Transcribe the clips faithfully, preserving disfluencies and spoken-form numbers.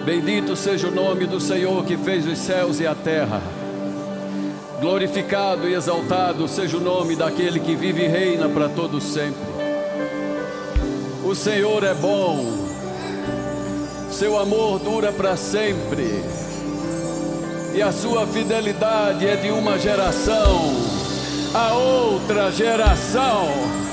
Bendito seja o nome do Senhor que fez os céus e a terra. Glorificado e exaltado seja o nome daquele que vive e reina para todo sempre. O Senhor é bom, seu amor dura para sempre, e a sua fidelidade é de uma geração a outra geração.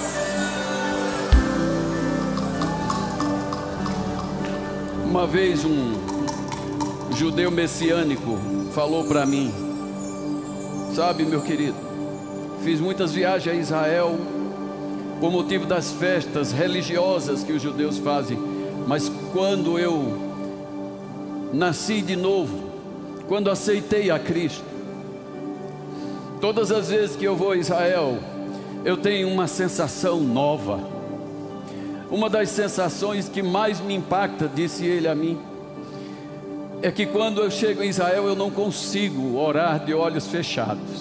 Uma vez um judeu messiânico falou para mim: sabe, meu querido, fiz muitas viagens a Israel por motivo das festas religiosas que os judeus fazem, mas quando eu nasci de novo, quando aceitei a Cristo, todas as vezes que eu vou a Israel, eu tenho uma sensação nova. Uma das sensações que mais me impacta, disse ele a mim, é que quando eu chego em Israel eu não consigo orar de olhos fechados,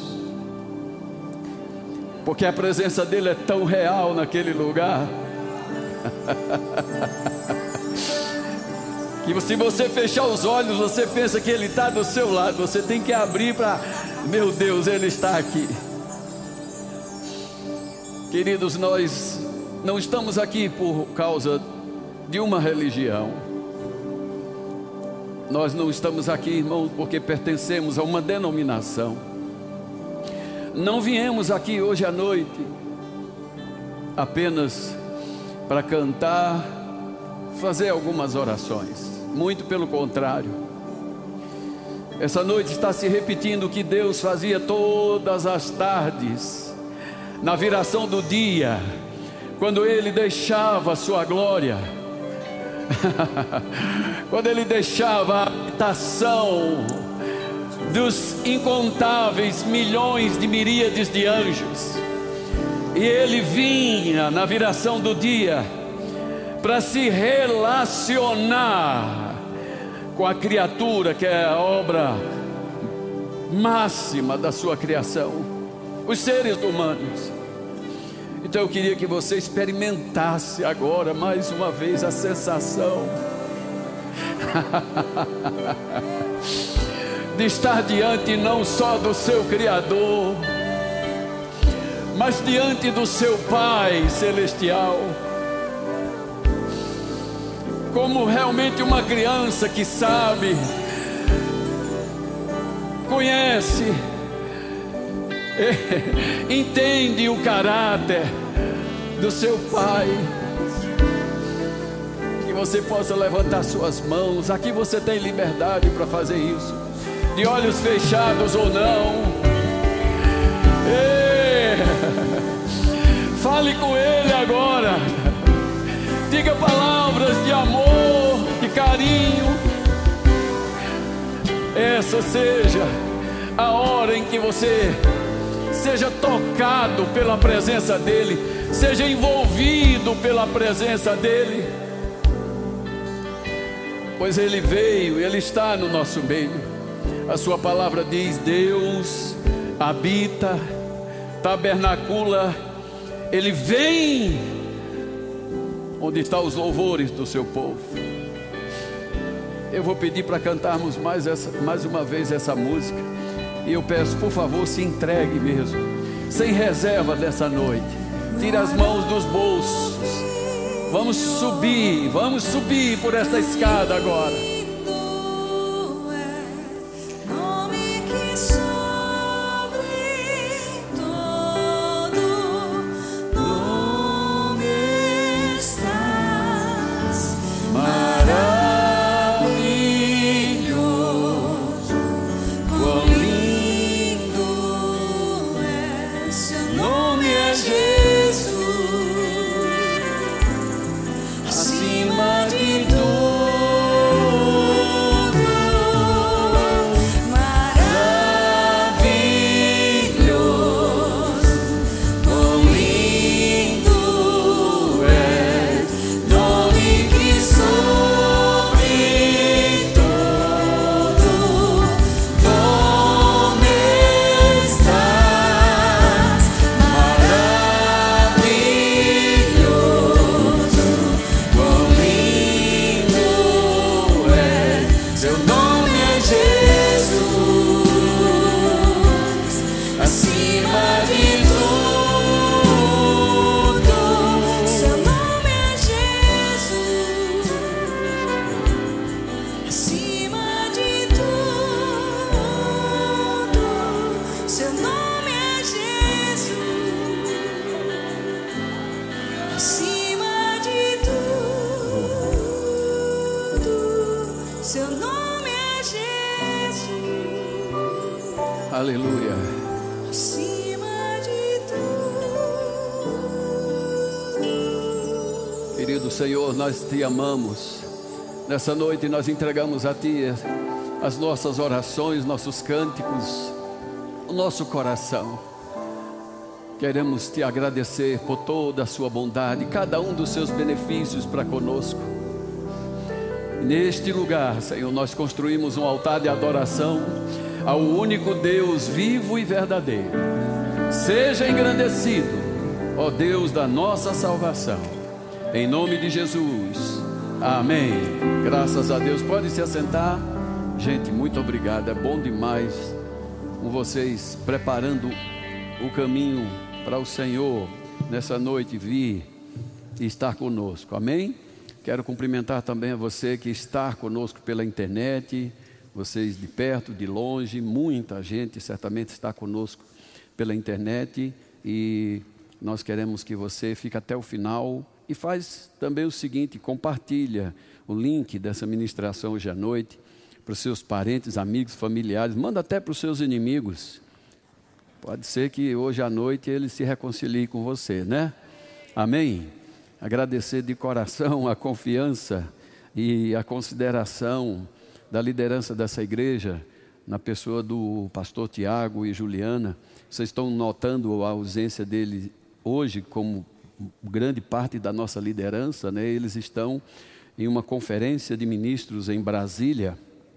porque a presença dele é tão real naquele lugar que se você fechar os olhos, você pensa que ele está do seu lado. Você tem que abrir para, meu Deus, ele está aqui. Queridos, nós não estamos aqui por causa de uma religião. Nós não estamos aqui, irmãos, porque pertencemos a uma denominação. Não viemos aqui hoje à noite apenas para cantar, fazer algumas orações. Muito pelo contrário. Essa noite está se repetindo o que Deus fazia todas as tardes, na viração do dia, quando Ele deixava a sua glória, quando Ele deixava a habitação dos incontáveis milhões de miríades de anjos, e Ele vinha na viração do dia para se relacionar com a criatura que é a obra máxima da sua criação, os seres humanos. Então eu queria que você experimentasse agora mais uma vez a sensação de estar diante não só do seu Criador, mas diante do seu Pai Celestial, como realmente uma criança que sabe, conhece, entende o caráter do seu Pai. Que você possa levantar suas mãos. Aqui você tem liberdade para fazer isso, de olhos fechados ou não. Ei, fale com Ele agora. Diga palavras de amor, de carinho. Essa seja a hora em que você seja tocado pela presença dEle, seja envolvido pela presença dEle, pois Ele veio, Ele está no nosso meio. A sua palavra diz: Deus habita, tabernacula, Ele vem onde estão os louvores do seu povo. Eu vou pedir para cantarmos mais, essa, mais uma vez essa música. E eu peço, por favor, se entregue mesmo, sem reserva dessa noite. Tire as mãos dos bolsos. Vamos subir, vamos subir por esta escada agora. Acima de tudo. seu nome é Jesus. Aleluia. Acima de tudo. Querido Senhor, nós te amamos. Nessa noite nós entregamos a Ti as nossas orações, nossos cânticos, o nosso coração. Queremos Te agradecer por toda a Sua bondade, cada um dos Seus benefícios para conosco. Neste lugar, Senhor, nós construímos um altar de adoração ao único Deus vivo e verdadeiro. Seja engrandecido, ó Deus da nossa salvação. Em nome de Jesus. Amém. Graças a Deus. Pode se assentar. Gente, muito obrigado. É bom demais com vocês preparando o caminho para o Senhor nessa noite vir e estar conosco. Amém? Quero cumprimentar também a você que está conosco pela internet, vocês de perto, de longe, muita gente certamente está conosco pela internet e nós queremos que você fique até o final e faz também o seguinte, compartilha o link dessa ministração hoje à noite para os seus parentes, amigos, familiares, manda até para os seus inimigos. Pode ser que hoje à noite ele se reconcilie com você, né? Amém? Agradecer de coração a confiança e a consideração da liderança dessa igreja, na pessoa do pastor Tiago e Juliana. Vocês estão notando a ausência dele hoje como grande parte da nossa liderança, né? Eles estão em uma conferência de ministros em Brasília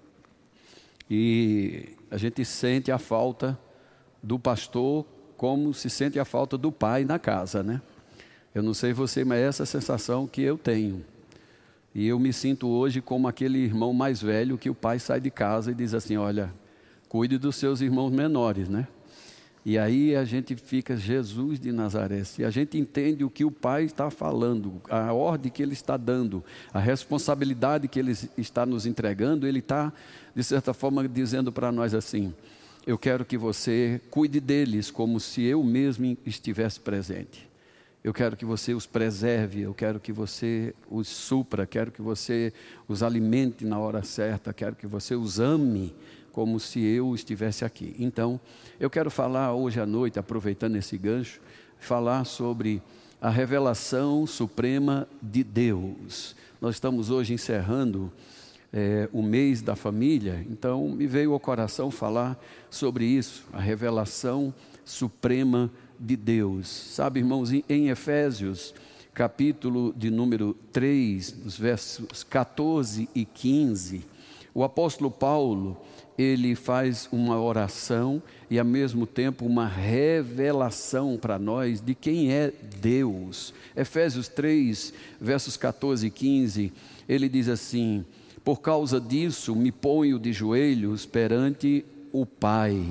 e a gente sente a falta do pastor como se sente a falta do pai na casa, né? Eu não sei você, mas essa é a sensação que eu tenho. E eu me sinto hoje como aquele irmão mais velho que o pai sai de casa e diz assim, olha, cuide dos seus irmãos menores, né? E aí a gente fica, Jesus de Nazaré, e a gente entende o que o pai está falando, a ordem que ele está dando, a responsabilidade que ele está nos entregando, ele está, de certa forma, dizendo para nós assim, eu quero que você cuide deles como se eu mesmo estivesse presente. Eu quero que você os preserve, eu quero que você os supra, quero que você os alimente na hora certa, quero que você os ame como se eu estivesse aqui. Então, eu quero falar hoje à noite, aproveitando esse gancho, falar sobre a revelação suprema de Deus. Nós estamos hoje encerrando é, o mês da família, então me veio ao coração falar sobre isso, a revelação suprema de Deus. Sabe, irmãos, em Efésios, capítulo de número três, os versos catorze e quinze, o apóstolo Paulo, ele faz uma oração e ao mesmo tempo uma revelação para nós de quem é Deus. Efésios três, versos catorze e quinze, ele diz assim, por causa disso me ponho de joelhos perante o Pai.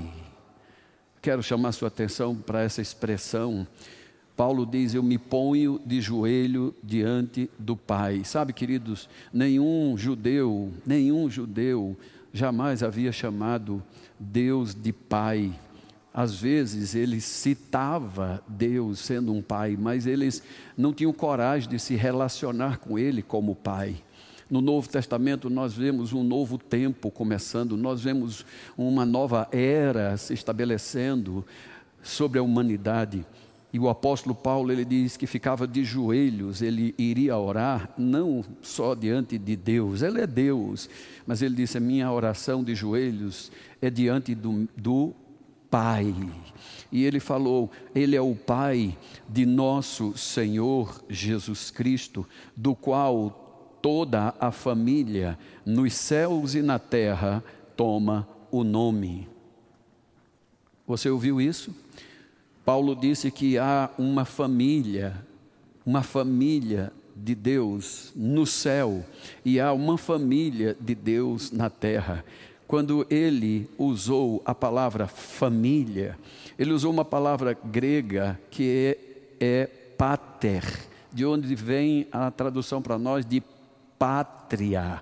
Quero chamar sua atenção para essa expressão. Paulo diz, eu me ponho de joelho diante do Pai. Sabe, queridos, nenhum judeu, nenhum judeu jamais havia chamado Deus de Pai. Às vezes ele citava Deus sendo um Pai, mas eles não tinham coragem de se relacionar com Ele como Pai. No Novo Testamento nós vemos um novo tempo começando, nós vemos uma nova era se estabelecendo sobre a humanidade. E o apóstolo Paulo, ele diz que ficava de joelhos, ele iria orar, não só diante de Deus, ele é Deus, mas ele disse, a minha oração de joelhos é diante do, do Pai. E ele falou, ele é o Pai de nosso Senhor Jesus Cristo, do qual toda a família, nos céus e na terra, toma o nome. Você ouviu isso? Paulo disse que há uma família, uma família de Deus no céu e há uma família de Deus na terra. Quando ele usou a palavra família, ele usou uma palavra grega que é, é pater, de onde vem a tradução para nós de pátria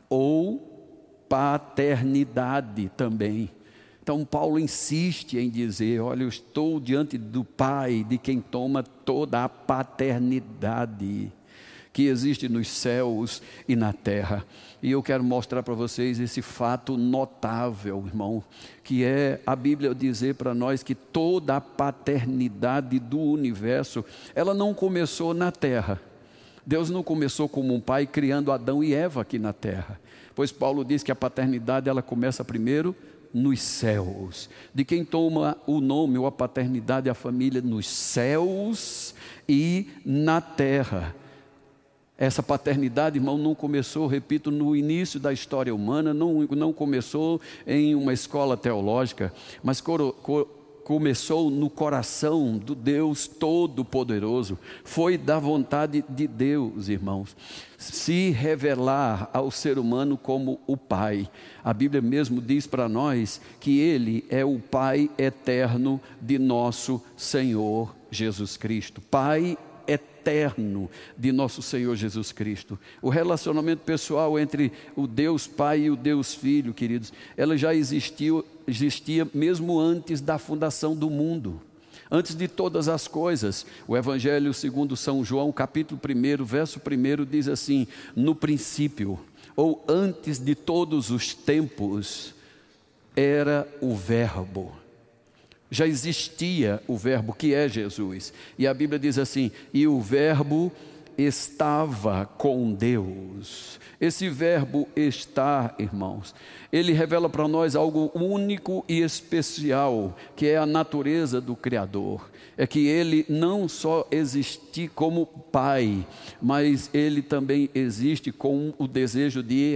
ou paternidade também. Então Paulo insiste em dizer, olha, eu estou diante do Pai, de quem toma toda a paternidade. que existe nos céus e na terra. E eu quero mostrar para vocês esse fato notável, irmão, que é a Bíblia dizer para nós que toda a paternidade do universo, ela não começou na terra. Deus não começou como um pai criando Adão e Eva aqui na terra, pois Paulo diz que a paternidade ela começa primeiro nos céus. De quem toma o nome ou a paternidade, a família nos céus e na terra. Essa paternidade, irmão, não começou, repito, no início da história humana, não, não começou em uma escola teológica, mas coro, co, começou no coração do Deus Todo-Poderoso. Foi da vontade de Deus, irmãos, se revelar ao ser humano como o Pai. A Bíblia mesmo diz para nós que Ele é o Pai eterno de nosso Senhor Jesus Cristo. Pai eterno de nosso Senhor Jesus Cristo. O relacionamento pessoal entre o Deus Pai e o Deus Filho, queridos, ela já existiu, existia mesmo antes da fundação do mundo. Antes de todas as coisas. O Evangelho segundo São João, capítulo um, verso um, diz assim: no princípio, ou antes de todos os tempos, era o Verbo. Já existia o Verbo, que é Jesus. E a Bíblia diz assim: e o Verbo estava com Deus. Esse verbo estar, irmãos, ele revela para nós algo único e especial, que é a natureza do Criador. É que ele não só existe como Pai, mas ele também existe com o desejo de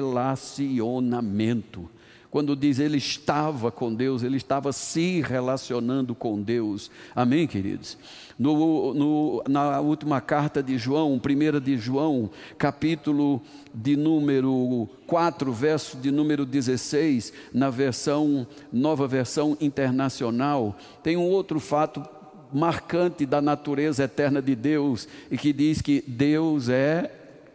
relacionamento. Quando diz ele estava com Deus, ele estava se relacionando com Deus. Amém, queridos? No, no, na última carta de João, primeira de João, capítulo de número quatro, verso de número dezesseis, na versão, nova versão internacional, tem um outro fato marcante da natureza eterna de Deus, e que diz que Deus é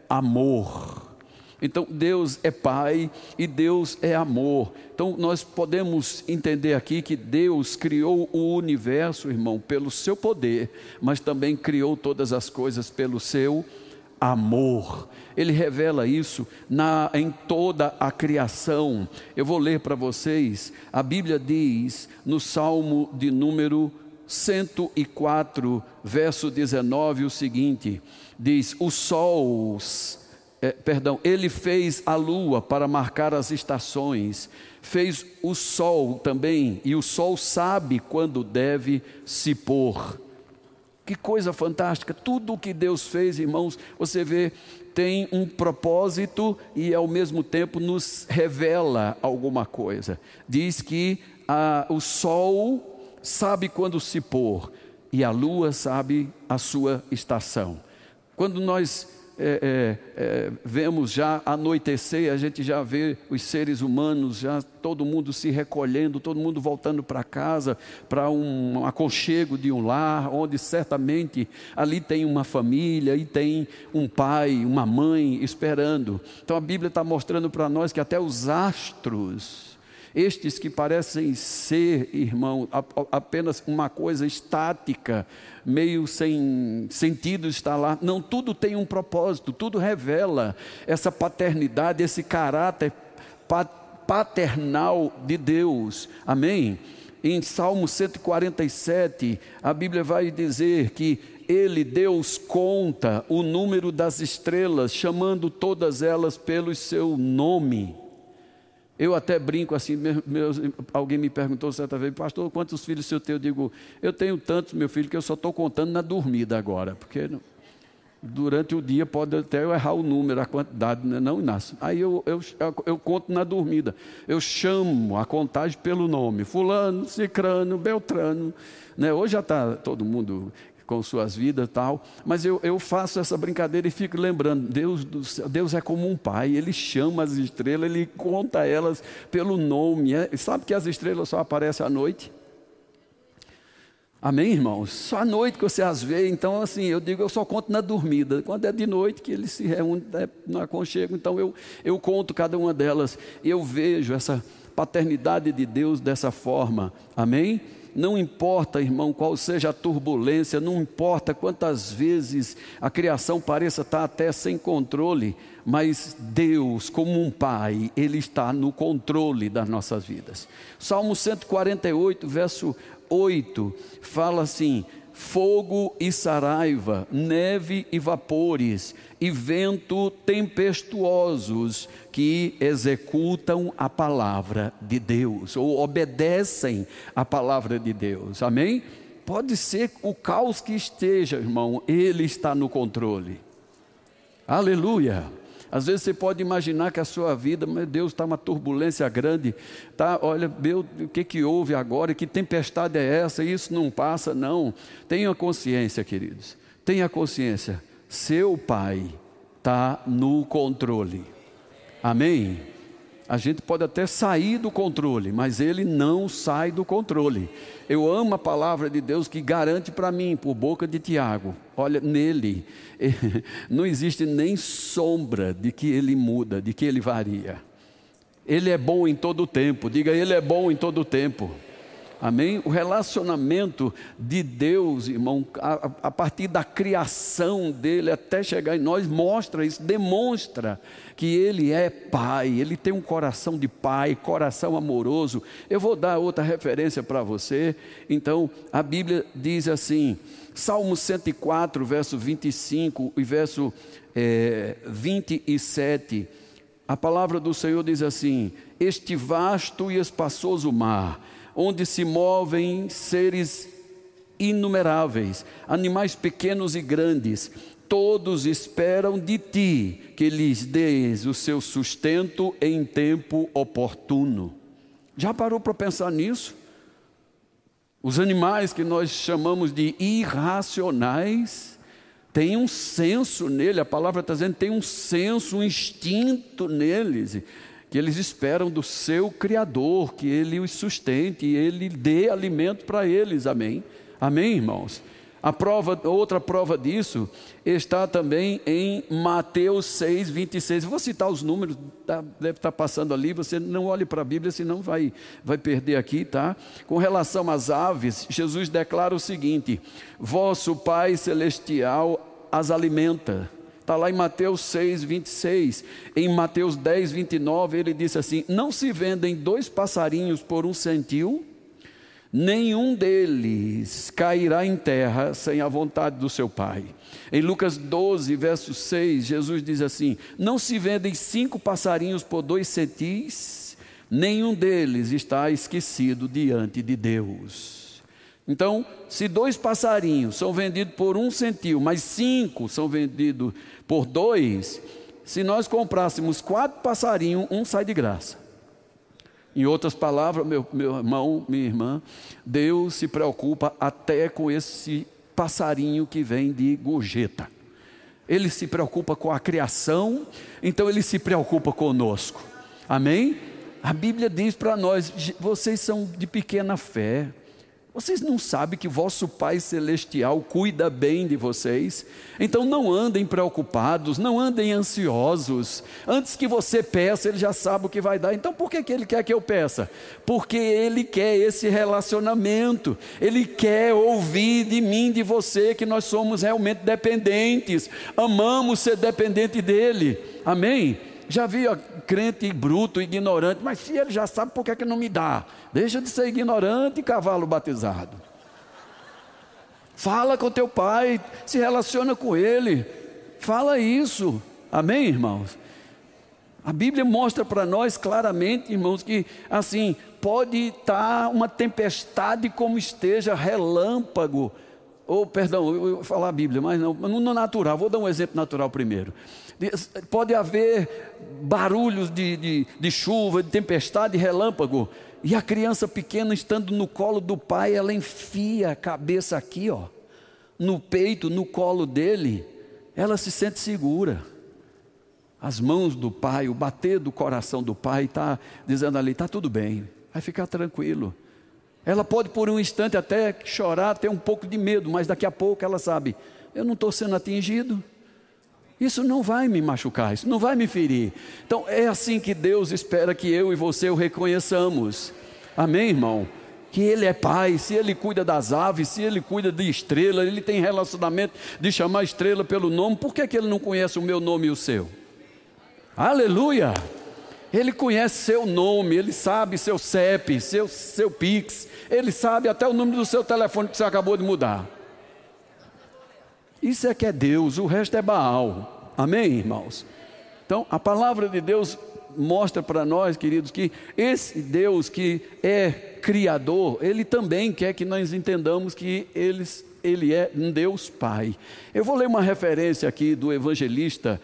amor. Então Deus é Pai e Deus é amor. Então nós podemos entender aqui que Deus criou o universo, irmão, pelo seu poder, mas também criou todas as coisas pelo seu amor. Ele revela isso na, em toda a criação. Eu vou ler para vocês. A Bíblia diz no Salmo de número cento e quatro, verso dezenove, o seguinte: diz: os sols É, perdão, ele fez a lua para marcar as estações, fez o sol também, e o sol sabe quando deve se pôr. Que coisa fantástica! Tudo o que Deus fez, irmãos, você vê, tem um propósito e ao mesmo tempo nos revela alguma coisa. Diz que ah, o sol sabe quando se pôr e a lua sabe a sua estação. Quando nós É, é, é, vemos já anoitecer, a gente já vê os seres humanos, já todo mundo se recolhendo, todo mundo voltando para casa, para um aconchego de um lar, onde certamente ali tem uma família, e tem um pai, uma mãe esperando. Então a Bíblia está mostrando para nós que até os astros, estes que parecem ser, irmão, apenas uma coisa estática, meio sem sentido está lá, não, tudo tem um propósito, tudo revela essa paternidade, esse caráter paternal de Deus. Amém? Em Salmo cento e quarenta e sete, a Bíblia vai dizer que Ele, Deus, conta o número das estrelas, chamando todas elas pelo seu nome. Eu até brinco assim, meus, alguém me perguntou certa vez: pastor, quantos filhos seu tem? Eu digo: eu tenho tantos, meu filho, que eu só estou contando na dormida agora, porque não, durante o dia pode até eu errar o número, a quantidade, não, Inácio? Aí eu, eu, eu, eu conto na dormida, eu chamo a contagem pelo nome, fulano, cicrano, beltrano, né? Hoje já está todo mundo com suas vidas e tal, mas eu, eu faço essa brincadeira e fico lembrando, Deus, do céu, Deus é como um pai, Ele chama as estrelas, Ele conta elas pelo nome. É, sabe que as estrelas só aparecem à noite? Amém, irmãos? Só à noite que você as vê. Então assim, eu digo, eu só conto na dormida, quando é de noite que eles se reúnem, é, no aconchego, então eu, eu conto cada uma delas, e eu vejo essa paternidade de Deus dessa forma. Amém? Não importa, irmão, qual seja a turbulência, não importa quantas vezes a criação pareça estar até sem controle, mas Deus, como um pai, Ele está no controle das nossas vidas. Salmo cento e quarenta e oito, verso oito, fala assim: fogo e saraiva, neve e vapores, e vento tempestuosos que executam a palavra de Deus, ou obedecem a palavra de Deus, amém? Pode ser o caos que esteja, irmão, Ele está no controle, aleluia. Às vezes você pode imaginar que a sua vida, meu Deus, está uma turbulência grande, tá? Olha, meu, o que que houve agora, que tempestade é essa, isso não passa, não. Tenha consciência, queridos, tenha consciência, seu pai está no controle, amém? A gente pode até sair do controle, mas Ele não sai do controle. Eu amo a palavra de Deus que garante para mim, por boca de Tiago, olha, nele não existe nem sombra de que Ele muda, de que Ele varia. Ele é bom em todo o tempo, diga, Ele é bom em todo o tempo. Amém? O relacionamento de Deus, irmão, a, a partir da criação dele até chegar em nós, mostra isso, demonstra que Ele é Pai, Ele tem um coração de Pai, coração amoroso. Eu vou dar outra referência para você. Então, a Bíblia diz assim, Salmo cento e quatro, verso vinte e cinco e verso é, vinte e sete, a palavra do Senhor diz assim: este vasto e espaçoso mar, onde se movem seres inumeráveis, animais pequenos e grandes, todos esperam de ti que lhes dês o seu sustento em tempo oportuno. Já parou para pensar nisso? Os animais que nós chamamos de irracionais, tem um senso nele, a palavra está dizendo, tem um senso, um instinto neles, que eles esperam do seu Criador, que Ele os sustente, e Ele dê alimento para eles, amém? Amém, irmãos? A prova, outra prova disso está também em Mateus seis, vinte e seis. Vou citar os números, tá, deve estar passando ali, você não olhe para a Bíblia, senão vai, vai perder aqui, tá? Com relação às aves, Jesus declara o seguinte: vosso Pai Celestial as alimenta. Está lá em Mateus seis, vinte e seis. Em Mateus dez, vinte e nove, ele disse assim: não se vendem dois passarinhos por um centil, nenhum deles cairá em terra sem a vontade do seu Pai. Em Lucas doze, verso seis, Jesus diz assim: não se vendem cinco passarinhos por dois centis, nenhum deles está esquecido diante de Deus. Então, se dois passarinhos são vendidos por um centil, mas cinco são vendidos por dois, se nós comprássemos quatro passarinhos, um sai de graça. Em outras palavras, meu, meu irmão, minha irmã, Deus se preocupa até com esse passarinho que vem de gorjeta. Ele se preocupa com a criação, então Ele se preocupa conosco. Amém? A Bíblia diz para nós: vocês são de pequena fé. Vocês não sabem que vosso Pai Celestial cuida bem de vocês? Então não andem preocupados, não andem ansiosos. Antes que você peça, Ele já sabe o que vai dar. Então por que, que Ele quer que eu peça? Porque Ele quer esse relacionamento. Ele quer ouvir de mim, de você, que nós somos realmente dependentes. Amamos ser dependente dEle. Amém? Já vi ó, crente bruto, ignorante, mas se ele já sabe, por que, que não me dá? Deixa de ser ignorante e cavalo batizado. Fala com teu pai, se relaciona com ele, fala isso, amém, irmãos? A Bíblia mostra para nós claramente, irmãos, que assim, pode estar uma tempestade como esteja, relâmpago, ou perdão, eu vou falar a Bíblia, mas não, no natural, vou dar um exemplo natural primeiro. Pode haver barulhos de, de, de chuva, de tempestade, de relâmpago, e a criança pequena estando no colo do pai, ela enfia a cabeça aqui, ó, no peito, no colo dele, ela se sente segura. As mãos do pai, o bater do coração do pai está dizendo ali, está tudo bem, vai ficar tranquilo. Ela pode por um instante até chorar, ter um pouco de medo, mas daqui a pouco ela sabe, eu não estou sendo atingido. Isso não vai me machucar, isso não vai me ferir. Então é assim que Deus espera que eu e você o reconheçamos. Amém, irmão? que Ele é Pai, se Ele cuida das aves, se Ele cuida de estrela, Ele tem relacionamento de chamar a estrela pelo nome, por que, que Ele não conhece o meu nome e o seu? Aleluia! Ele conhece seu nome, Ele sabe seu C E P, seu, seu Pix, Ele sabe até o número do seu telefone que você acabou de mudar. Isso é que é Deus, o resto é Baal. Amém, irmãos? Então, a palavra de Deus mostra para nós, queridos, que esse Deus que é Criador, Ele também quer que nós entendamos que Ele, ele é um Deus Pai. Eu vou ler uma referência aqui do evangelista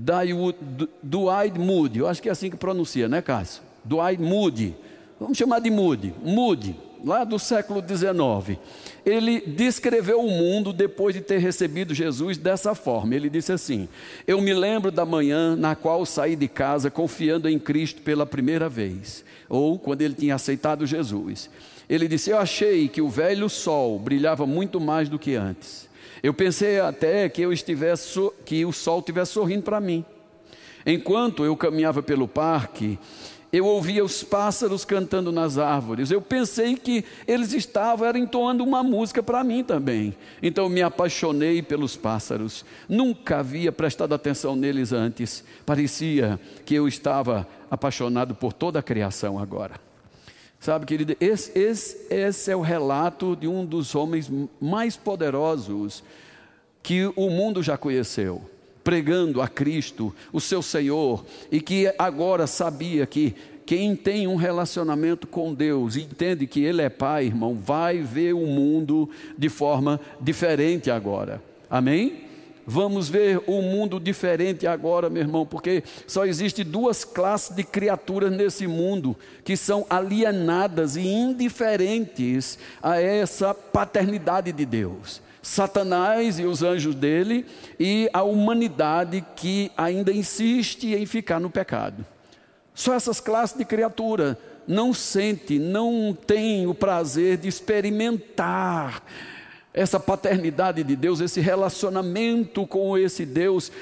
Dwight Moody, eu acho que é assim que pronuncia, né, Cássio? Dwight Moody, vamos chamar de Moody, Moody, lá do século dezenove. Ele descreveu o mundo depois de ter recebido Jesus dessa forma. Ele disse assim: eu me lembro da manhã na qual saí de casa confiando em Cristo pela primeira vez, ou quando ele tinha aceitado Jesus. Ele disse: eu achei que o velho sol brilhava muito mais do que antes. Eu pensei até que, eu estivesse, que o sol estivesse sorrindo para mim. Enquanto eu caminhava pelo parque, eu ouvia os pássaros cantando nas árvores. Eu pensei que eles estavam era, entoando uma música para mim também. Então me apaixonei pelos pássaros. Nunca havia prestado atenção neles antes. Parecia que eu estava apaixonado por toda a criação agora. Sabe, querido, esse, esse, esse é o relato de um dos homens mais poderosos que o mundo já conheceu, pregando a Cristo, o seu Senhor, e que agora sabia que quem tem um relacionamento com Deus e entende que Ele é Pai, irmão, vai ver o mundo de forma diferente agora. Amém? Vamos ver o mundo diferente agora, meu irmão, porque só existe duas classes de criaturas nesse mundo que são alienadas e indiferentes a essa paternidade de Deus: Satanás e os anjos dele, e a humanidade que ainda insiste em ficar no pecado. Só essas classes de criatura não sente, não tem o prazer de experimentar essa paternidade de Deus, esse relacionamento com esse Deus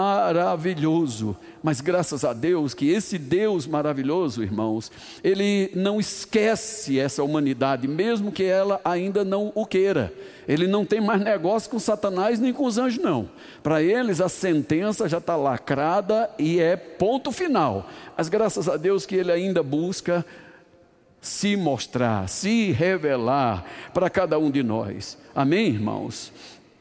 maravilhoso. Mas graças a Deus que esse Deus maravilhoso, irmãos, Ele não esquece essa humanidade, mesmo que ela ainda não o queira. Ele não tem mais negócio com Satanás nem com os anjos, não. Para eles a sentença já está lacrada e é ponto final. Mas graças a Deus que Ele ainda busca se mostrar, se revelar para cada um de nós. Amém, irmãos?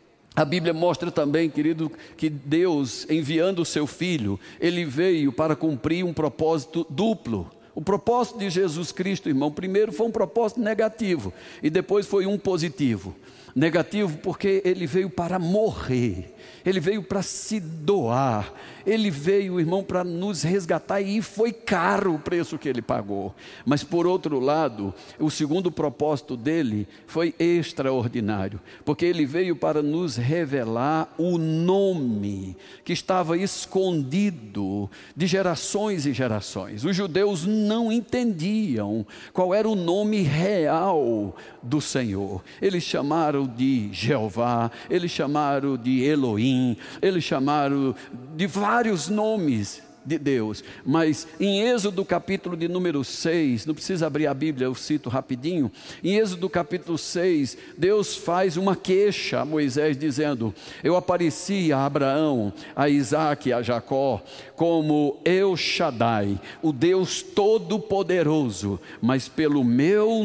A Bíblia mostra também, querido, que Deus, enviando o seu Filho, Ele veio para cumprir um propósito duplo. O propósito de Jesus Cristo, irmão, primeiro foi um propósito negativo e depois foi um positivo. Negativo porque Ele veio para morrer, Ele veio para se doar, Ele veio, irmão, para nos resgatar, e foi caro o preço que Ele pagou. Mas por outro lado, o segundo propósito dele foi extraordinário, porque Ele veio para nos revelar o nome que estava escondido de gerações e gerações. Os judeus não entendiam qual era o nome real do Senhor. Eles chamaram de Jeová, eles chamaram de Elohim, eles chamaram de vários nomes de Deus. Mas em Êxodo capítulo de número seis, não precisa abrir a Bíblia, eu cito rapidinho. Em Êxodo capítulo seis, Deus faz uma queixa a Moisés dizendo: eu apareci a Abraão, a Isaque e a Jacó como El Shaddai, o Deus Todo-Poderoso, mas pelo meu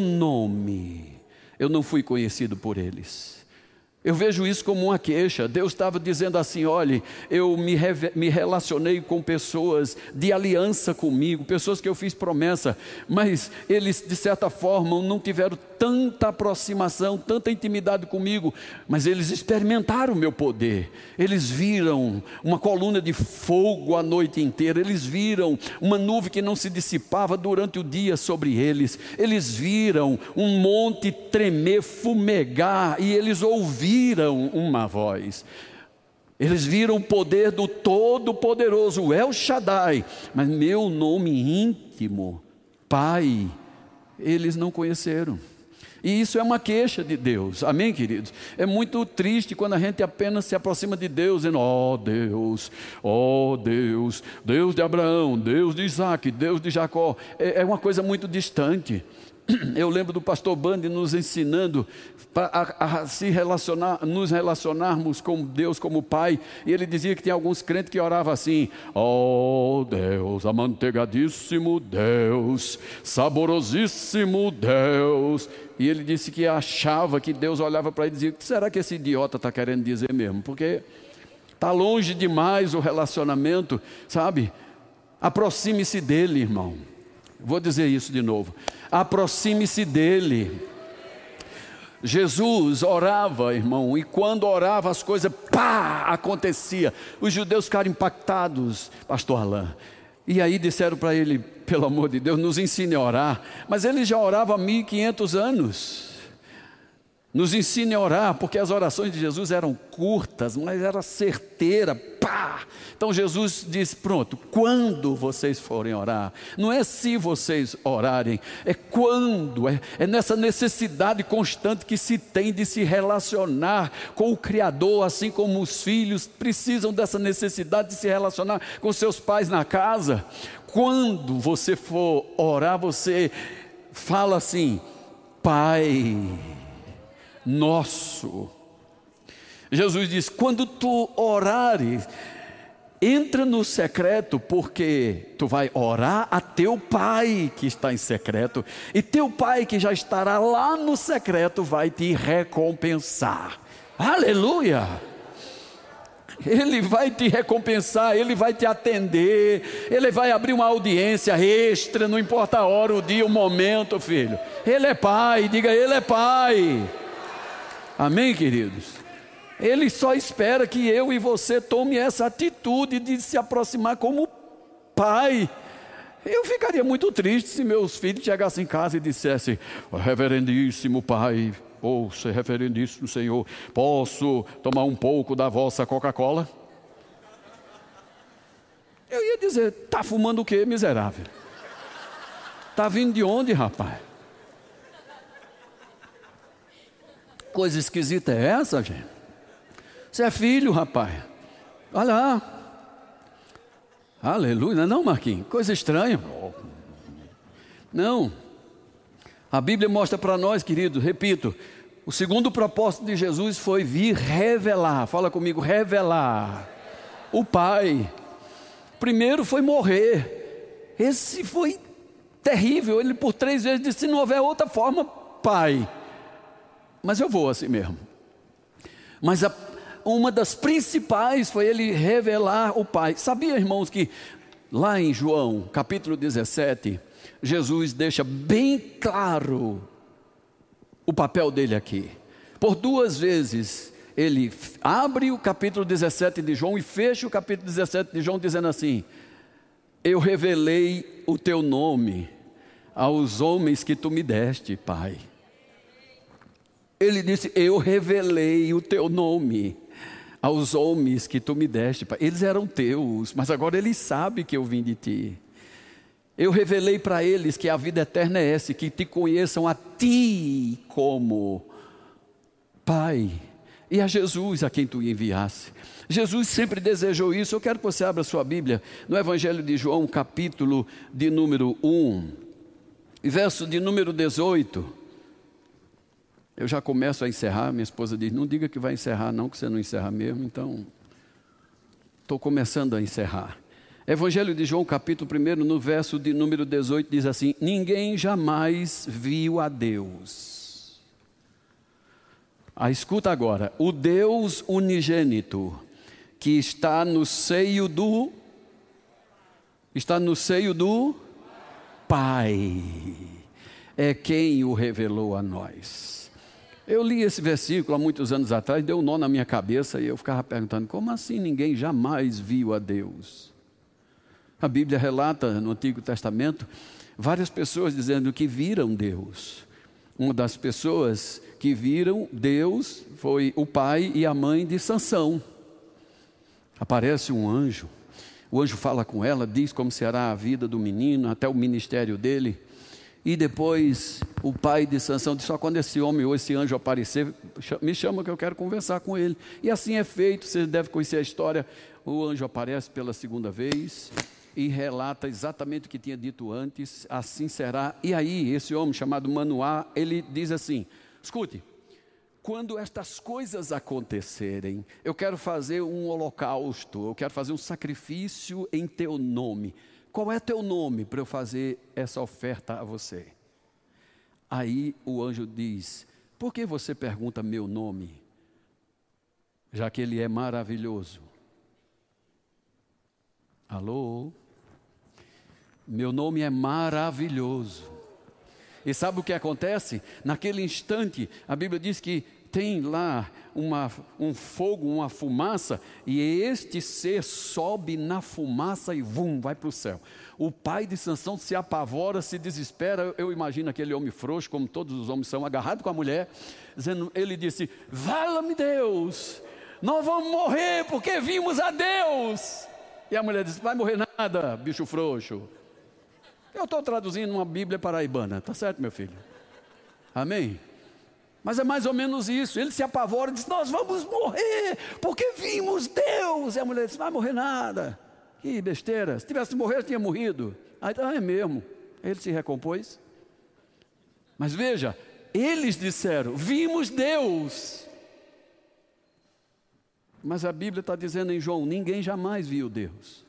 nome eu não fui conhecido por eles. Eu vejo isso como uma queixa. Deus estava dizendo assim: olhe, eu me, me relacionei com pessoas de aliança comigo, pessoas que eu fiz promessa, mas eles de certa forma não tiveram tanta aproximação, tanta intimidade comigo, mas eles experimentaram o meu poder. Eles viram uma coluna de fogo a noite inteira, eles viram uma nuvem que não se dissipava durante o dia sobre eles, eles viram um monte tremer, fumegar, e eles ouviram viram uma voz. Eles viram o poder do Todo-Poderoso, El Shaddai, mas meu nome íntimo, Pai, eles não conheceram. E isso é uma queixa de Deus, amém, queridos? É muito triste quando a gente apenas se aproxima de Deus, dizendo: ó Deus, ó Deus, Deus de Abraão, Deus de Isaque, Deus de Jacó. É, é uma coisa muito distante. eu lembro do pastor Bandi nos ensinando a, a, a se relacionar, nos relacionarmos com Deus como Pai, e ele dizia que tinha alguns crentes que oravam assim: oh Deus, amanteigadíssimo Deus, saborosíssimo Deus. E ele disse que achava que Deus olhava para ele e dizia: o que será que esse idiota está querendo dizer mesmo? Porque está longe demais o relacionamento, sabe? Aproxime-se dele, irmão. Vou dizer isso de novo. Aproxime-se dele. Jesus orava, irmão, e quando orava as coisas, pá, acontecia. Os judeus ficaram impactados, pastor Alain. E aí disseram para ele: pelo amor de Deus, nos ensine a orar. Mas ele já orava há mil e quinhentos anos. Nos ensine a orar, porque as orações de Jesus eram curtas, mas era certeira, pá! Então Jesus disse: pronto, quando vocês forem orar, não é se vocês orarem, é quando, é, é nessa necessidade constante que se tem de se relacionar com o Criador, assim como os filhos precisam dessa necessidade de se relacionar com seus pais na casa. Quando você for orar, você fala assim: Pai nosso. Jesus diz: quando tu orares, entra no secreto, porque tu vai orar a teu Pai que está em secreto, e teu Pai que já estará lá no secreto vai te recompensar. Aleluia! Ele vai te recompensar, Ele vai te atender, Ele vai abrir uma audiência extra, não importa a hora, o dia, o momento, filho. Ele é Pai, diga: Ele é Pai. Amém, queridos? Ele só espera que eu e você tome essa atitude de se aproximar como Pai. Eu ficaria muito triste se meus filhos chegassem em casa e dissessem: reverendíssimo Pai, ou oh, reverendíssimo Senhor, posso tomar um pouco da vossa Coca-Cola? Eu ia dizer: está fumando o quê, miserável? Está vindo de onde, rapaz? Coisa esquisita é essa, gente? Você é filho, rapaz. Olha lá. Aleluia. Não é não, Marquinhos? Coisa estranha. Não. A Bíblia mostra para nós, querido, repito, o segundo propósito de Jesus foi vir revelar. Fala comigo: revelar o Pai. Primeiro foi morrer. Esse foi terrível. Ele por três vezes disse: se não houver outra forma, Pai. Mas eu vou assim mesmo. Mas a, uma das principais foi ele revelar o Pai. Sabia, irmãos, que lá em João, capítulo dezessete, Jesus deixa bem claro o papel dele aqui. Por duas vezes, ele abre o capítulo dezessete de João e fecha o capítulo dezessete de João dizendo assim: eu revelei o teu nome aos homens que tu me deste, Pai. Ele disse: eu revelei o teu nome aos homens que tu me deste, Pai. Eles eram teus, mas agora eles sabem que eu vim de ti. Eu revelei para eles que a vida eterna é essa, que te conheçam a ti como Pai, e a Jesus a quem tu enviasse. Jesus sempre desejou isso. Eu quero que você abra sua Bíblia no Evangelho de João, capítulo de número um, verso de número dezoito. Eu já começo a encerrar. Minha esposa diz: não diga que vai encerrar não, que você não encerra mesmo. Então, estou começando a encerrar. Evangelho de João, capítulo um, no verso de número dezoito, diz assim: ninguém jamais viu a Deus. Ah, escuta agora: o Deus unigênito, que está no seio do, está no seio do Pai, é quem o revelou a nós. Eu li esse versículo há muitos anos atrás, deu um nó na minha cabeça e eu ficava perguntando: como assim ninguém jamais viu a Deus? A Bíblia relata no Antigo Testamento várias pessoas dizendo que viram Deus. Uma das pessoas que viram Deus foi o pai e a mãe de Sansão. Aparece um anjo, o anjo fala com ela, diz como será a vida do menino, até o ministério dele. E depois o pai de Sansão disse: só quando esse homem ou esse anjo aparecer, me chama que eu quero conversar com ele. E assim é feito. Você deve conhecer a história. O anjo aparece pela segunda vez e relata exatamente o que tinha dito antes, assim será. E aí, esse homem chamado Manoá, ele diz assim, escute, quando estas coisas acontecerem, eu quero fazer um holocausto, eu quero fazer um sacrifício em teu nome. Qual é teu nome para eu fazer essa oferta a você? Aí o anjo diz, por que você pergunta meu nome? Já que ele é maravilhoso. Alô? Meu nome é maravilhoso. E sabe o que acontece? Naquele instante, a Bíblia diz que tem lá uma, um fogo, uma fumaça, e este ser sobe na fumaça e vum, vai para o céu. O pai de Sansão se apavora, se desespera. Eu imagino aquele homem frouxo, como todos os homens são, agarrado com a mulher, dizendo, ele disse, vala-me Deus, nós vamos morrer porque vimos a Deus. E a mulher disse, vai morrer nada, bicho frouxo. Eu estou traduzindo uma Bíblia paraibana, tá certo, meu filho? Amém? Mas é mais ou menos isso. Ele se apavora e diz, nós vamos morrer, porque vimos Deus. E a mulher disse, não vai morrer nada. Que besteira, se tivesse morrido, tinha morrido. Aí, ah, é mesmo. Ele se recompôs. Mas veja, eles disseram, vimos Deus. Mas a Bíblia está dizendo em João, ninguém jamais viu Deus.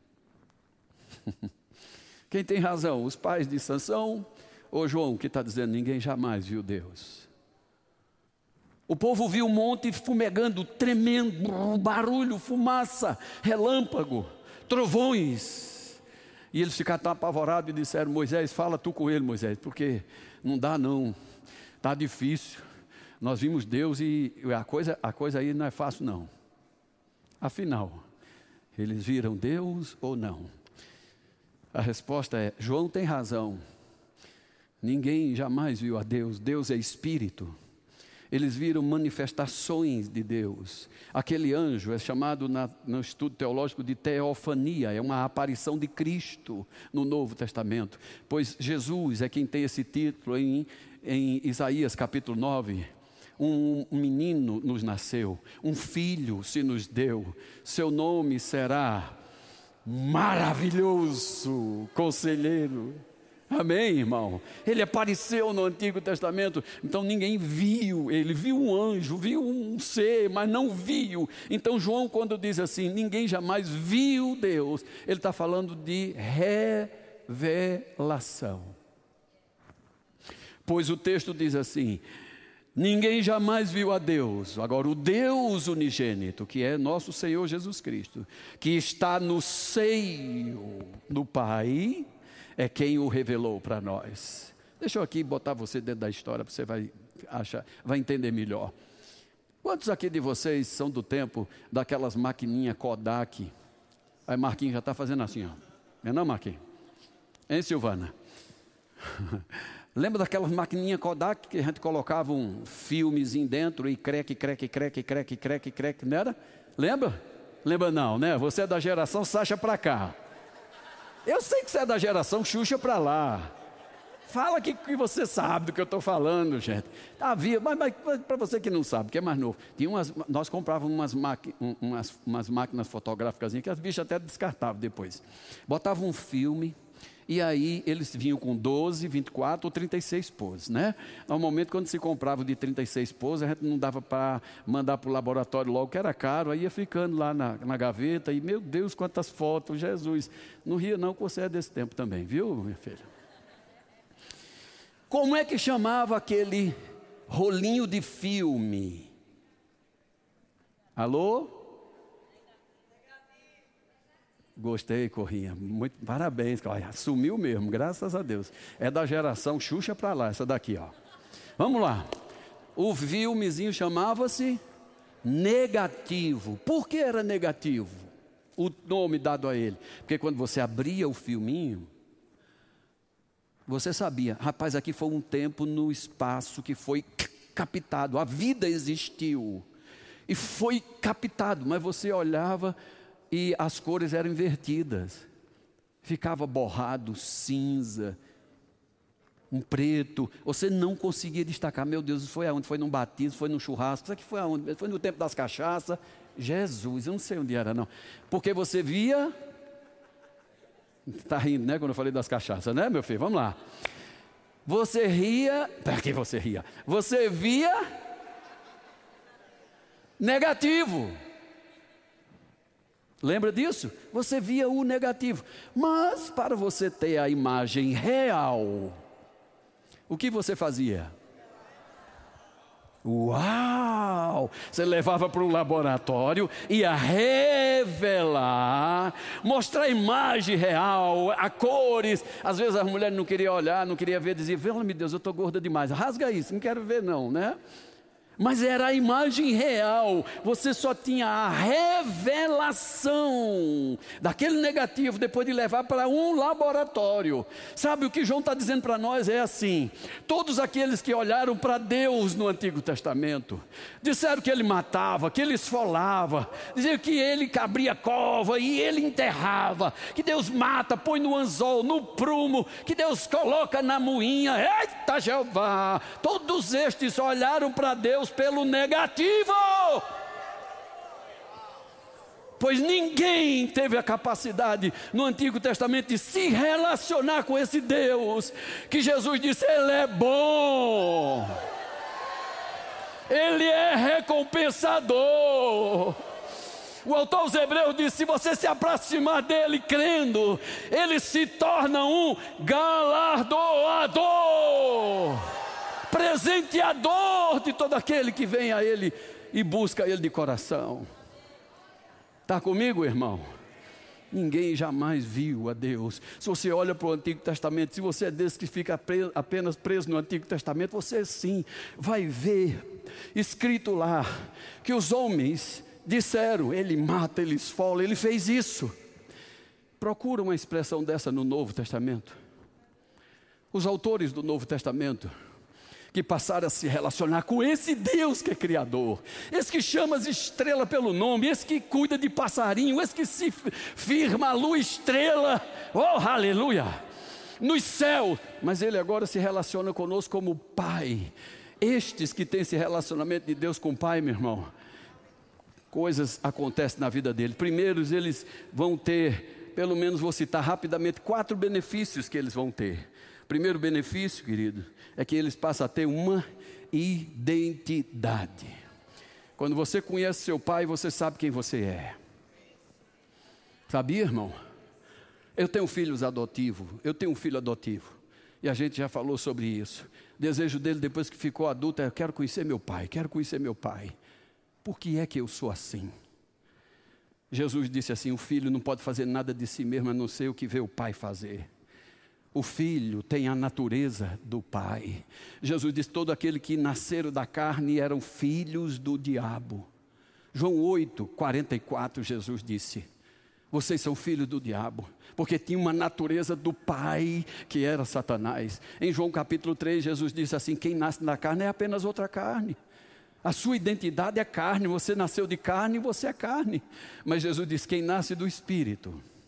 Quem tem razão, os pais de Sansão ou João que está dizendo, ninguém jamais viu Deus? O povo viu um monte fumegando, tremendo, barulho, fumaça, relâmpago, trovões. E eles ficaram tão apavorados e disseram, Moisés, fala tu com ele, Moisés, porque não dá não, está difícil. Nós vimos Deus e a coisa, a coisa aí não é fácil não. Afinal, eles viram Deus ou não? A resposta é, João tem razão. Ninguém jamais viu a Deus. Deus é Espírito. Eles viram manifestações de Deus. Aquele anjo é chamado na, no estudo teológico de teofania. É uma aparição de Cristo no Novo Testamento. Pois Jesus é quem tem esse título em, em Isaías capítulo nove. Um menino nos nasceu, um filho se nos deu. Seu nome será Maravilhoso Conselheiro. Amém, irmão? Ele apareceu no Antigo Testamento, então ninguém viu ele, viu um anjo, viu um ser, mas não viu. Então João, quando diz assim, ninguém jamais viu Deus, ele está falando de revelação. Pois o texto diz assim, ninguém jamais viu a Deus. Agora o Deus unigênito, que é nosso Senhor Jesus Cristo, que está no seio do Pai, é quem o revelou para nós. Deixa eu aqui botar você dentro da história, você vai achar, vai entender melhor. Quantos aqui de vocês são do tempo daquelas maquininhas Kodak? Aí Marquinhos já está fazendo assim, ó. Não é não, Marquinhos? Hein, Silvana? Lembra daquelas maquininhas Kodak que a gente colocava um filmezinho dentro e creque, creque, creque, creque, creque, creque, não era? Lembra? Lembra não, né? Você é da geração Sacha pra cá. Eu sei que você é da geração Xuxa pra lá. Fala que, que você sabe do que eu estou falando, gente. Havia, mas, mas para você que não sabe, que é mais novo, tinha umas, nós comprávamos umas, maqui, umas, umas máquinas fotográficas que as bichas até descartavam depois. Botavam um filme. E aí eles vinham com doze, vinte e quatro ou trinta e seis poses, né? Normalmente quando se comprava de trinta e seis poses, a gente não dava para mandar para o laboratório logo, que era caro, aí ia ficando lá na, na gaveta, e meu Deus, quantas fotos, Jesus. Não ria não, que você é desse tempo também, viu, minha filha? Como é que chamava aquele rolinho de filme? Alô? Gostei, Corrinha, muito, parabéns, assumiu mesmo, graças a Deus. É da geração Xuxa para lá, essa daqui, ó. Vamos lá. O filmezinho chamava-se Negativo. Por que era negativo? O nome dado a ele. Porque quando você abria o filminho, você sabia, rapaz, aqui foi um tempo no espaço que foi captado, a vida existiu e foi captado, mas você olhava e as cores eram invertidas, ficava borrado, cinza, um preto, você não conseguia destacar, meu Deus, isso foi aonde? Foi num batismo, foi num churrasco, isso aqui foi aonde? Foi no tempo das cachaças, Jesus, eu não sei onde era não, porque você via Está rindo, né, quando eu falei das cachaças, né, meu filho? Vamos lá. Você ria, para que você ria? Você via negativo. Lembra disso? Você via o negativo. Mas para você ter a imagem real, o que você fazia? Uau! Você levava para o laboratório, ia revelar, mostrar a imagem real, a cores. Às vezes as mulheres não queriam olhar, não queriam ver, diziam, pelo amor de Deus, eu estou gorda demais, rasga isso, não quero ver não, né? Mas era a imagem real, você só tinha a revelação daquele negativo depois de levar para um laboratório. Sabe o que João está dizendo para nós? É assim, todos aqueles que olharam para Deus no Antigo Testamento, disseram que Ele matava, que Ele esfolava, diziam que Ele abria cova e Ele enterrava, que Deus mata, põe no anzol, no prumo, que Deus coloca na moinha, eita Jeová, todos estes olharam para Deus pelo negativo, pois ninguém teve a capacidade no Antigo Testamento de se relacionar com esse Deus, que Jesus disse, Ele é bom, Ele é recompensador. O autor aos Hebreus diz, se você se aproximar dele crendo, ele se torna um galardoador, presenteador de todo aquele que vem a Ele e busca Ele de coração. Está comigo, irmão? Ninguém jamais viu a Deus. Se você olha para o Antigo Testamento, se você é desse que fica preso, apenas preso no Antigo Testamento, você sim vai ver escrito lá que os homens disseram, Ele mata, Ele esfola, Ele fez isso. Procura uma expressão dessa no Novo Testamento. Os autores do Novo Testamento que passaram a se relacionar com esse Deus que é Criador, esse que chama as estrelas pelo nome, esse que cuida de passarinho, esse que se firma a lua estrela, oh aleluia, nos céus, mas Ele agora se relaciona conosco como Pai. Estes que têm esse relacionamento de Deus com o Pai, meu irmão, coisas acontecem na vida deles. Primeiro, eles vão ter, pelo menos vou citar rapidamente, quatro benefícios que eles vão ter. Primeiro benefício, querido, é que eles passam a ter uma identidade. Quando você conhece seu pai, você sabe quem você é. Sabia, irmão? Eu tenho filhos adotivos, eu tenho um filho adotivo, e a gente já falou sobre isso. O desejo dele, depois que ficou adulto, é: eu quero conhecer meu pai, quero conhecer meu pai. Por que é que eu sou assim? Jesus disse assim: o filho não pode fazer nada de si mesmo, a não ser o que vê o pai fazer. O filho tem a natureza do pai. Jesus disse: todo aquele que nasceram da carne eram filhos do diabo. João oito, quarenta e quatro, Jesus disse: vocês são filhos do diabo, porque tinha uma natureza do pai, que era Satanás. Em João capítulo três, Jesus disse assim: quem nasce da carne é apenas outra carne. A sua identidade é carne, você nasceu de carne e você é carne. Mas Jesus disse: quem nasce do Espírito,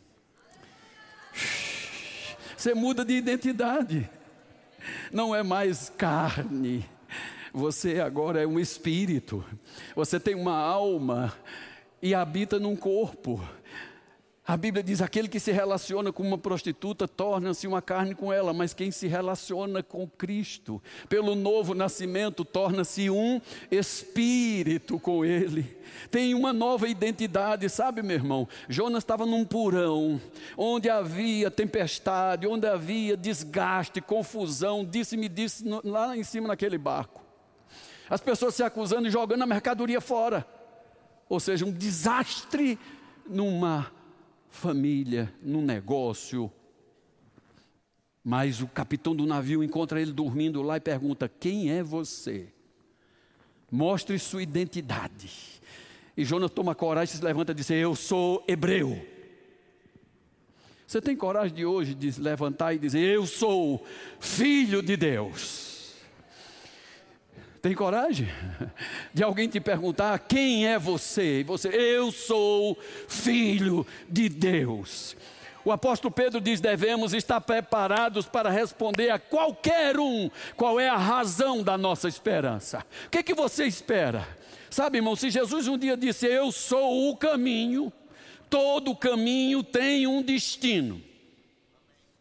você muda de identidade, não é mais carne, você agora é um espírito, você tem uma alma e habita num corpo. A Bíblia diz: aquele que se relaciona com uma prostituta torna-se uma carne com ela, mas quem se relaciona com Cristo, pelo novo nascimento, torna-se um espírito com Ele, tem uma nova identidade. Sabe, meu irmão, Jonas estava num porão, onde havia tempestade, onde havia desgaste, confusão, disse-me disse lá em cima naquele barco, as pessoas se acusando e jogando a mercadoria fora, ou seja, um desastre numa família, num negócio. Mas o capitão do navio encontra ele dormindo lá e pergunta: quem é você? Mostre sua identidade. E Jonas toma coragem, se levanta e diz: eu sou hebreu. Você tem coragem de hoje de se levantar e dizer: eu sou filho de Deus? Tem coragem de alguém te perguntar: quem é você? E você: eu sou filho de Deus. O apóstolo Pedro diz: devemos estar preparados para responder a qualquer um qual é a razão da nossa esperança. O que, que você espera? Sabe, irmão, se Jesus um dia disse: eu sou o caminho, todo caminho tem um destino.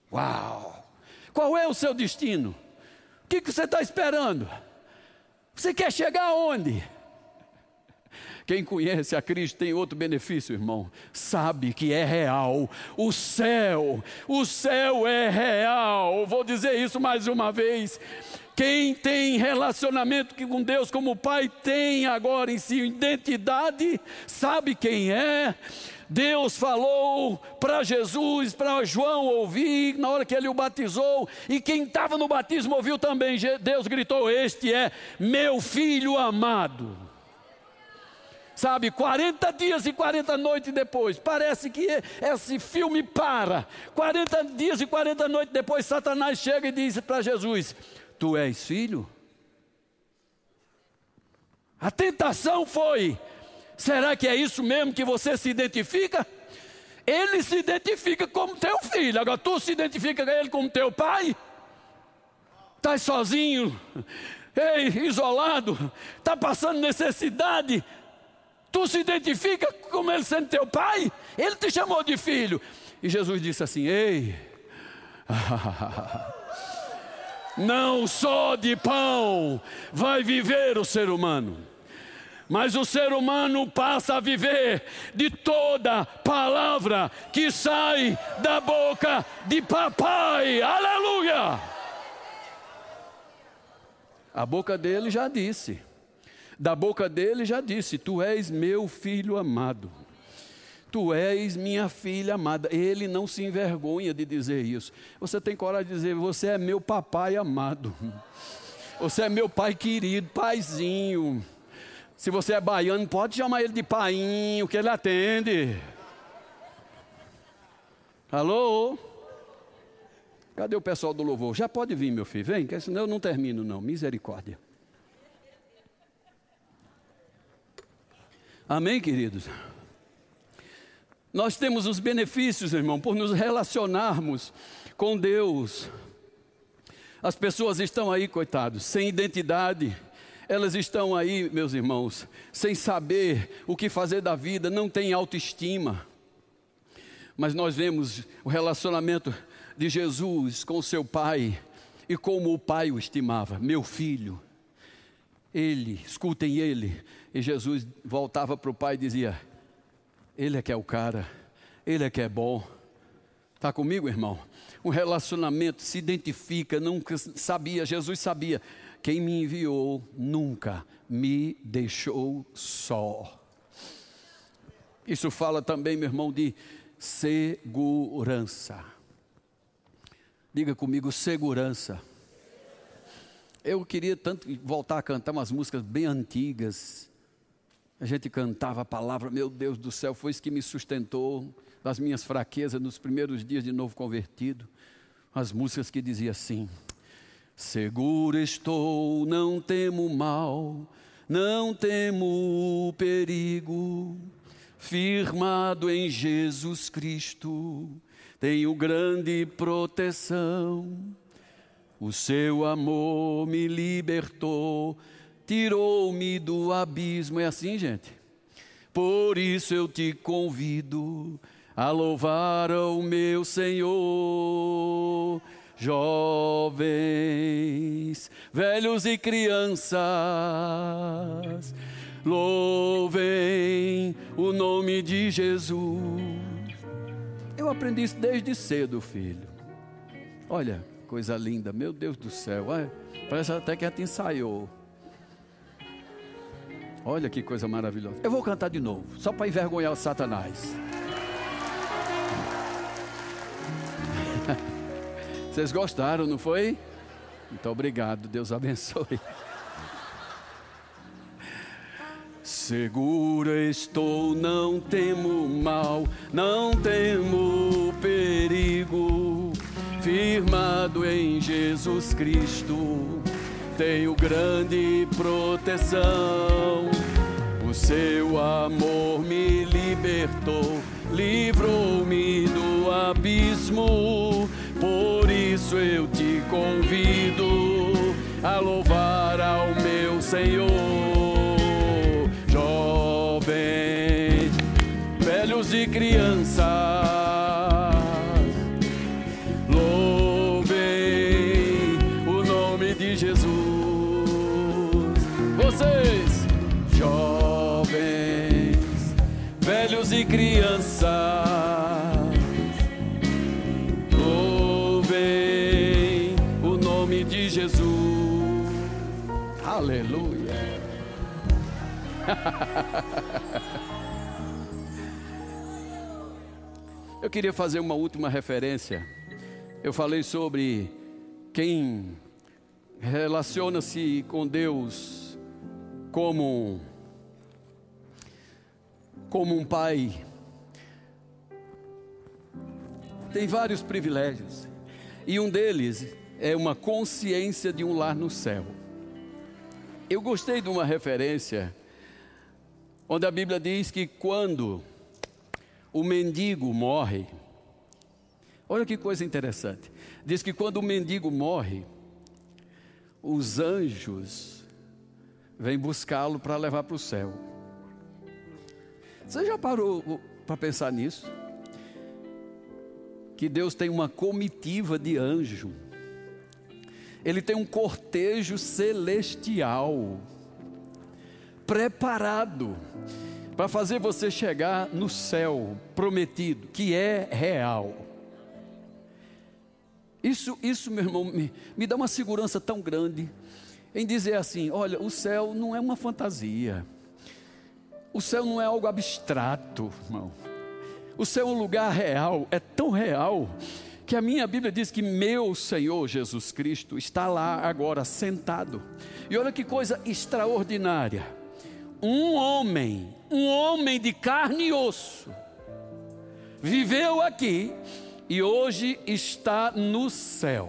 Uau! Qual é o seu destino? O que, que você está esperando? Você quer chegar aonde? Quem conhece a Cristo tem outro benefício, irmão. Sabe que é real. O céu, o céu é real. Vou dizer isso mais uma vez. Quem tem relacionamento com Deus como o Pai tem agora em si identidade, sabe quem é. Deus falou para Jesus, para João ouvir, na hora que ele o batizou, e quem estava no batismo ouviu também. Deus gritou: este é meu filho amado. Sabe, quarenta dias e quarenta noites depois, parece que esse filme para. quarenta dias e quarenta noites depois, Satanás chega e diz para Jesus: tu és filho? A tentação foi: será que é isso mesmo que você se identifica? Ele se identifica como teu filho, agora tu se identifica com ele como teu pai? Estás sozinho, ei, isolado, está passando necessidade. Tu se identifica como ele sendo teu pai? Ele te chamou de filho. E Jesus disse assim: ei, não só de pão vai viver o ser humano, mas o ser humano passa a viver de toda palavra que sai da boca de papai. Aleluia! A boca dele já disse. Da boca dele já disse: tu és meu filho amado, tu és minha filha amada. Ele não se envergonha de dizer isso. Você tem coragem de dizer: você é meu papai amado, você é meu pai querido, paizinho. Se você é baiano, pode chamar ele de painho, que ele atende. Alô? Cadê o pessoal do louvor? Já pode vir, meu filho, vem, que senão eu não termino não, misericórdia. Amém, queridos? Nós temos os benefícios, irmão, por nos relacionarmos com Deus. As pessoas estão aí, coitados, sem identidade. Elas estão aí, meus irmãos, sem saber o que fazer da vida, não têm autoestima. Mas nós vemos o relacionamento de Jesus com seu pai e como o pai o estimava. Meu filho, ele, escutem ele. E Jesus voltava para o pai e dizia: ele é que é o cara, ele é que é bom. Está comigo, irmão? Um relacionamento se identifica, nunca sabia, Jesus sabia, quem me enviou nunca me deixou só. Isso fala também, meu irmão, de segurança. Diga comigo: segurança. Eu queria tanto voltar a cantar umas músicas bem antigas. A gente cantava a palavra, meu Deus do céu, foi isso que me sustentou das minhas fraquezas nos primeiros dias de novo convertido. As músicas que diziam assim: seguro estou, não temo mal, não temo perigo, firmado em Jesus Cristo, tenho grande proteção. O seu amor me libertou, tirou-me do abismo. É assim, gente? Por isso eu te convido a louvar o meu Senhor. Jovens, velhos e crianças, louvem o nome de Jesus. Eu aprendi isso desde cedo, filho. Olha, coisa linda, meu Deus do céu. Olha, parece até que a gente ensaiou. Olha que coisa maravilhosa. Eu vou cantar de novo, só para envergonhar o Satanás. Vocês gostaram, não foi? Muito obrigado, Deus abençoe. Segura estou, não temo mal, não temo perigo, firmado em Jesus Cristo, tenho grande proteção. O seu amor me libertou, livrou-me do abismo. Por isso eu te convido a louvar ao meu Senhor. Jovens, velhos e crianças, louve crianças. Louvem o nome de Jesus. Aleluia. Eu queria fazer uma última referência. Eu falei sobre quem relaciona-se com Deus como, como um pai. Tem vários privilégios. E um deles é uma consciência de um lar no céu. Eu gostei de uma referência onde a Bíblia diz que quando o mendigo morre, olha que coisa interessante, diz que quando o mendigo morre, os anjos vêm buscá-lo para levar para o céu. Você já parou para pensar nisso? Que Deus tem uma comitiva de anjo, Ele tem um cortejo celestial, preparado, para fazer você chegar no céu prometido, que é real. Isso, isso meu irmão, me, me dá uma segurança tão grande, em dizer assim, olha, o céu não é uma fantasia, o céu não é algo abstrato, irmão. O céu é um lugar real, é tão real, que a minha Bíblia diz que meu Senhor Jesus Cristo está lá agora, sentado. E olha que coisa extraordinária, um homem, um homem de carne e osso, viveu aqui e hoje está no céu.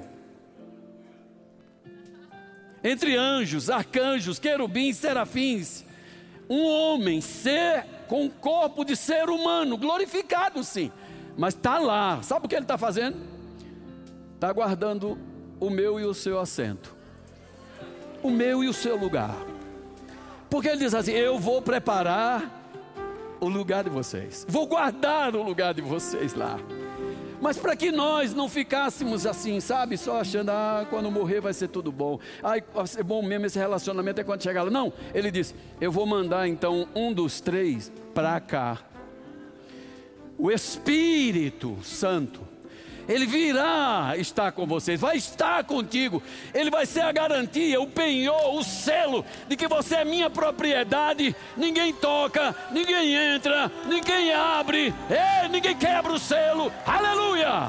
Entre anjos, arcanjos, querubins, serafins, um homem, ser com corpo de ser humano, glorificado sim, mas está lá. Sabe o que ele está fazendo? Está guardando o meu e o seu assento, o meu e o seu lugar. Porque ele diz assim, eu vou preparar o lugar de vocês, vou guardar o lugar de vocês lá. Mas para que nós não ficássemos assim, sabe, só achando, ah, quando morrer vai ser tudo bom, ah, vai ser bom mesmo esse relacionamento é quando chegar lá. Não, ele diz, eu vou mandar então um dos três para cá, o Espírito Santo. Ele virá estar com vocês, vai estar contigo. Ele vai ser a garantia, o penhor, o selo de que você é minha propriedade. Ninguém toca, ninguém entra, ninguém abre, é, ninguém quebra o selo. Aleluia!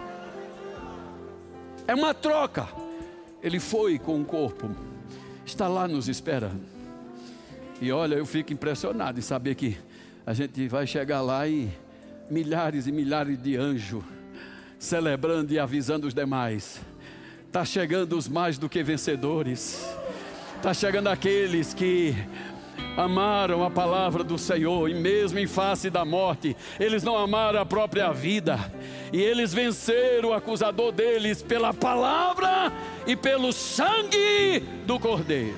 É uma troca. Ele foi com o corpo, está lá nos esperando. E olha, eu fico impressionado em saber que a gente vai chegar lá e milhares e milhares de anjos celebrando e avisando os demais. Está chegando os mais do que vencedores. Está chegando aqueles que amaram a palavra do Senhor e mesmo em face da morte, eles não amaram a própria vida. E eles venceram o acusador deles pela palavra e pelo sangue do Cordeiro.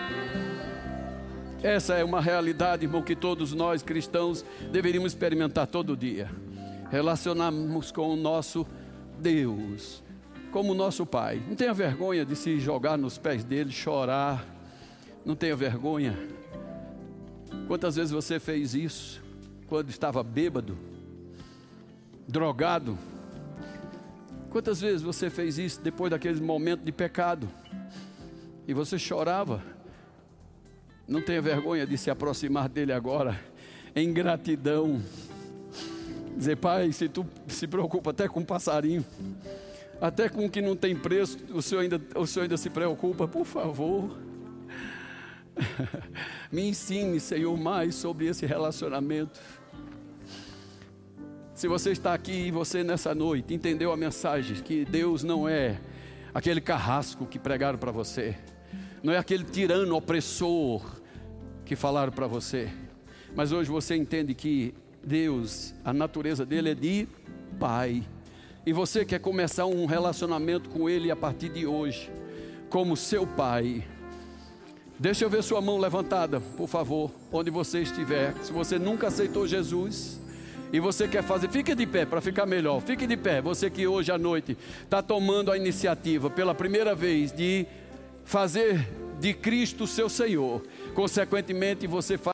Essa é uma realidade, irmão, que todos nós cristãos deveríamos experimentar todo dia. Relacionarmos com o nosso Deus como o nosso Pai. Não tenha vergonha de se jogar nos pés dele, chorar. Não tenha vergonha. Quantas vezes você fez isso quando estava bêbado, drogado? Quantas vezes você fez isso depois daquele momento de pecado e você chorava? Não tenha vergonha de se aproximar dele agora em gratidão. Dizer, Pai, se tu se preocupa até com um passarinho, até com o que não tem preço, o Senhor ainda, o Senhor ainda se preocupa, por favor. Me ensine, Senhor, mais sobre esse relacionamento. Se você está aqui e você nessa noite entendeu a mensagem, que Deus não é aquele carrasco que pregaram para você, não é aquele tirano opressor que falaram para você, mas hoje você entende que Deus, a natureza dele é de Pai, e você quer começar um relacionamento com Ele a partir de hoje, como seu Pai. Deixa eu ver sua mão levantada, por favor, onde você estiver. Se você nunca aceitou Jesus e você quer fazer, fique de pé para ficar melhor. Fique de pé, você que hoje à noite está tomando a iniciativa pela primeira vez de fazer de Cristo seu Senhor. Consequentemente, você faz